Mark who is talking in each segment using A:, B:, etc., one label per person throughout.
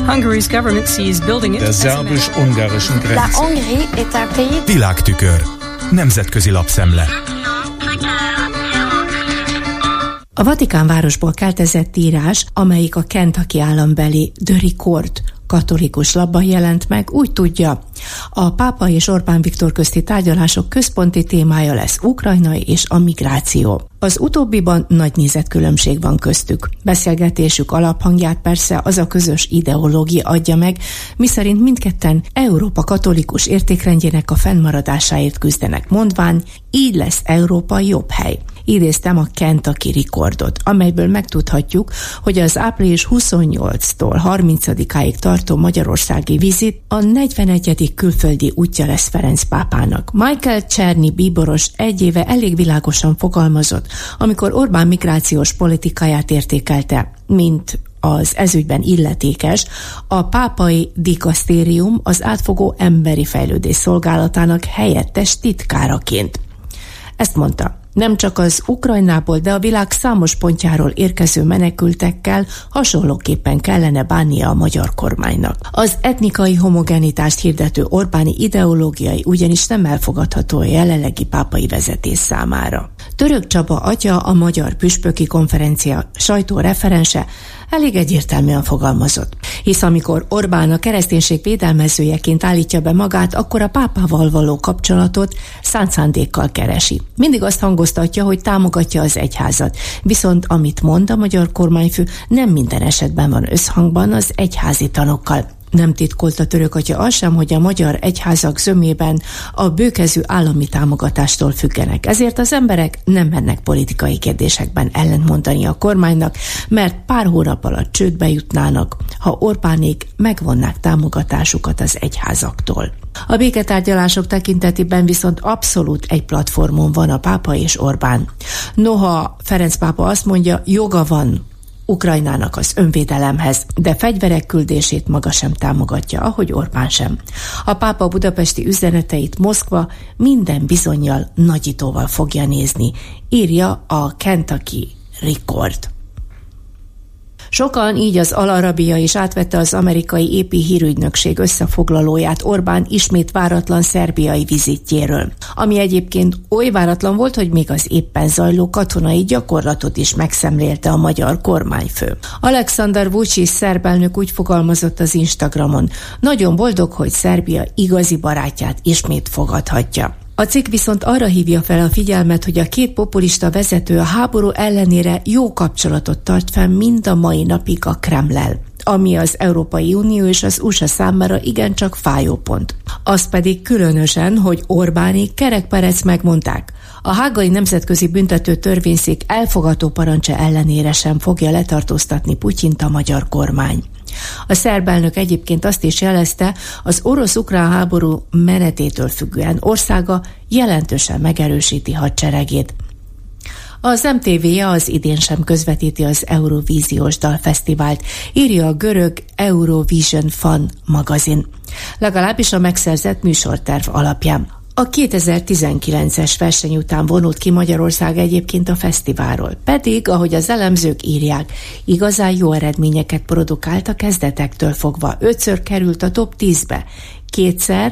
A: Der szerbus-ungarischen Grenze.
B: Világtükör. Nemzetközi lapszemle.
C: A Vatikán városból keltezett írás, amelyik a Kentucky állambeli The Record katolikus lapban jelent meg, úgy tudja, a pápa és Orbán Viktor közti tárgyalások központi témája lesz Ukrajna és a migráció. Az utóbbiban nagy nézetkülönbség van köztük. Beszélgetésük alaphangját persze az a közös ideológia adja meg, miszerint mindketten Európa katolikus értékrendjének a fennmaradásáért küzdenek, mondván, így lesz Európa jobb hely. Idéztem a Kentucky Recordot, amelyből megtudhatjuk, hogy az április 28-tól 30-áig tartó magyarországi vizit a 41. külföldi útja lesz Ferenc pápának. Michael Czerny bíboros egy éve elég világosan fogalmazott, amikor Orbán migrációs politikáját értékelte, mint az ezügyben illetékes, a pápai dikasztérium az átfogó emberi fejlődés szolgálatának helyettes titkáraként. Ezt mondta. Nem csak az Ukrajnából, de a világ számos pontjáról érkező menekültekkel hasonlóképpen kellene bánnia a magyar kormánynak. Az etnikai homogenitást hirdető Orbáni ideológiai ugyanis nem elfogadható a jelenlegi pápai vezetés számára. Török Csaba atya, a Magyar Püspöki Konferencia sajtóreferense elég egyértelműen fogalmazott. Hisz amikor Orbán a kereszténység védelmezőjeként állítja be magát, akkor a pápával való kapcsolatot szánt szándékkal keresi. Mindig azt hangoztatja, hogy támogatja az egyházat. Viszont amit mond a magyar kormányfő, nem minden esetben van összhangban az egyházi tanokkal. Nem titkolt a török atya az sem, hogy a magyar egyházak zömében a bőkezű állami támogatástól függenek. Ezért az emberek nem mennek politikai kérdésekben ellentmondani a kormánynak, mert pár hónap alatt csődbe jutnának, ha Orbánék megvonnák támogatásukat az egyházaktól. A béketárgyalások tekintetében viszont abszolút egy platformon van a pápa és Orbán. Noha Ferenc pápa azt mondja, joga van Ukrajnának az önvédelemhez, de fegyverek küldését maga sem támogatja, ahogy Orbán sem. A pápa budapesti üzeneteit Moszkva minden bizonnyal nagyítóval fogja nézni, írja a Kentucky Record. Sokan, így az Al Arabia is átvette az amerikai épi hírügynökség összefoglalóját Orbán ismét váratlan szerbiai vizitjéről, ami egyébként oly váratlan volt, hogy még az éppen zajló katonai gyakorlatot is megszemlélte a magyar kormányfő. Alexander Vučić szerb elnök úgy fogalmazott az Instagramon, nagyon boldog, hogy Szerbia igazi barátját ismét fogadhatja. A cikk viszont arra hívja fel a figyelmet, hogy a két populista vezető a háború ellenére jó kapcsolatot tart fenn mind a mai napig a Kremllel, ami az Európai Unió és az USA számára igencsak fájó pont. Az pedig különösen, hogy Orbánék kerekperec megmondták, a hágai nemzetközi büntető törvényszék elfogató parancsa ellenére sem fogja letartóztatni Putyint a magyar kormány. A szerb elnök egyébként azt is jelezte, az orosz-ukrán háború menetétől függően országa jelentősen megerősíti hadseregét. Az MTV-je az idén sem közvetíti az Eurovíziós Dalfesztivált, írja a görög Eurovision Fan magazin. Legalábbis a megszerzett műsorterv alapján. A 2019-es verseny után vonult ki Magyarország egyébként a fesztiválról, pedig, ahogy az elemzők írják, igazán jó eredményeket produkált a kezdetektől fogva. 5-ször került a top 10-be, 2-szer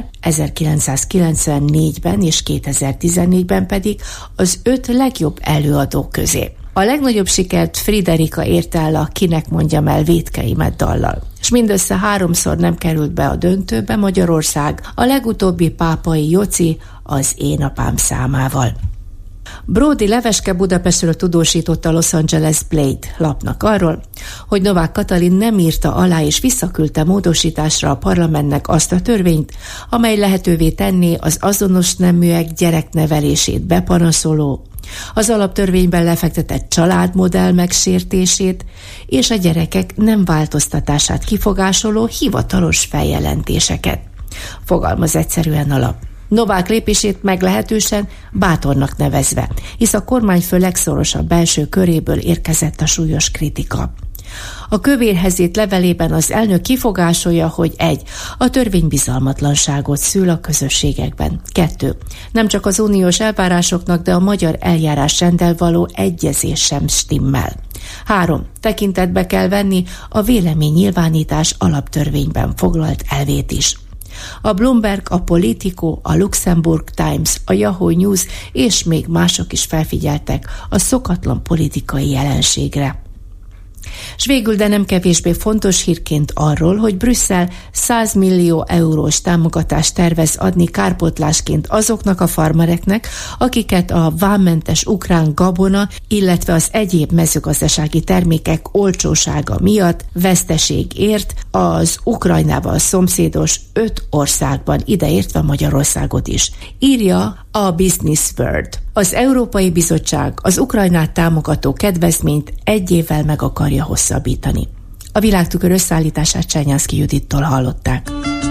C: 1994-ben és 2014-ben pedig az 5 legjobb előadó közé. A legnagyobb sikert Friderika érte el a Kinek mondjam el vétkeimet dallal, és mindössze 3-szor nem került be a döntőbe Magyarország, a legutóbbi pápai Joci az Én apám számával. Bródi Leveske Budapestről tudósított a Los Angeles Blade lapnak arról, hogy Novák Katalin nem írta alá és visszaküldte módosításra a parlamentnek azt a törvényt, amely lehetővé tenné az azonos neműek gyereknevelését bepanaszoló, az alaptörvényben lefektetett családmodell megsértését és a gyerekek nem változtatását kifogásoló hivatalos feljelentéseket. Fogalmaz egyszerűen a lap. Novák lépését meglehetősen bátornak nevezve, hisz a kormányfő legszorosabb belső köréből érkezett a súlyos kritika. A Kövérhez írt levelében az elnök kifogásolja, hogy 1. A törvény bizalmatlanságot szül a közösségekben. 2. Nem csak az uniós elvárásoknak, de a magyar eljárásrenddel való egyezés sem stimmel. 3. Tekintetbe kell venni a véleménynyilvánítás alaptörvényben foglalt elvét is. A Bloomberg, a Politico, a Luxembourg Times, a Yahoo News és még mások is felfigyeltek a szokatlan politikai jelenségre. S végül, de nem kevésbé fontos hírként arról, hogy Brüsszel 100 millió eurós támogatást tervez adni kárpótlásként azoknak a farmereknek, akiket a vámmentes ukrán gabona, illetve az egyéb mezőgazdasági termékek olcsósága miatt veszteség ért az Ukrajnával szomszédos 5 országban, ideértve Magyarországot is. Írja a Business World. Az Európai Bizottság az Ukrajnát támogató kedvezményt 1 évvel meg akarja hosszabbítani. A Világtükör összeállítását Csernyánszky Judittól hallották.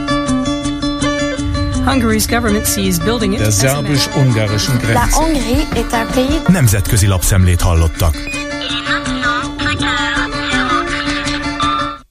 A: Der szerbus-ungarischen Grenze.
B: Nemzetközi lapszemlét hallottak.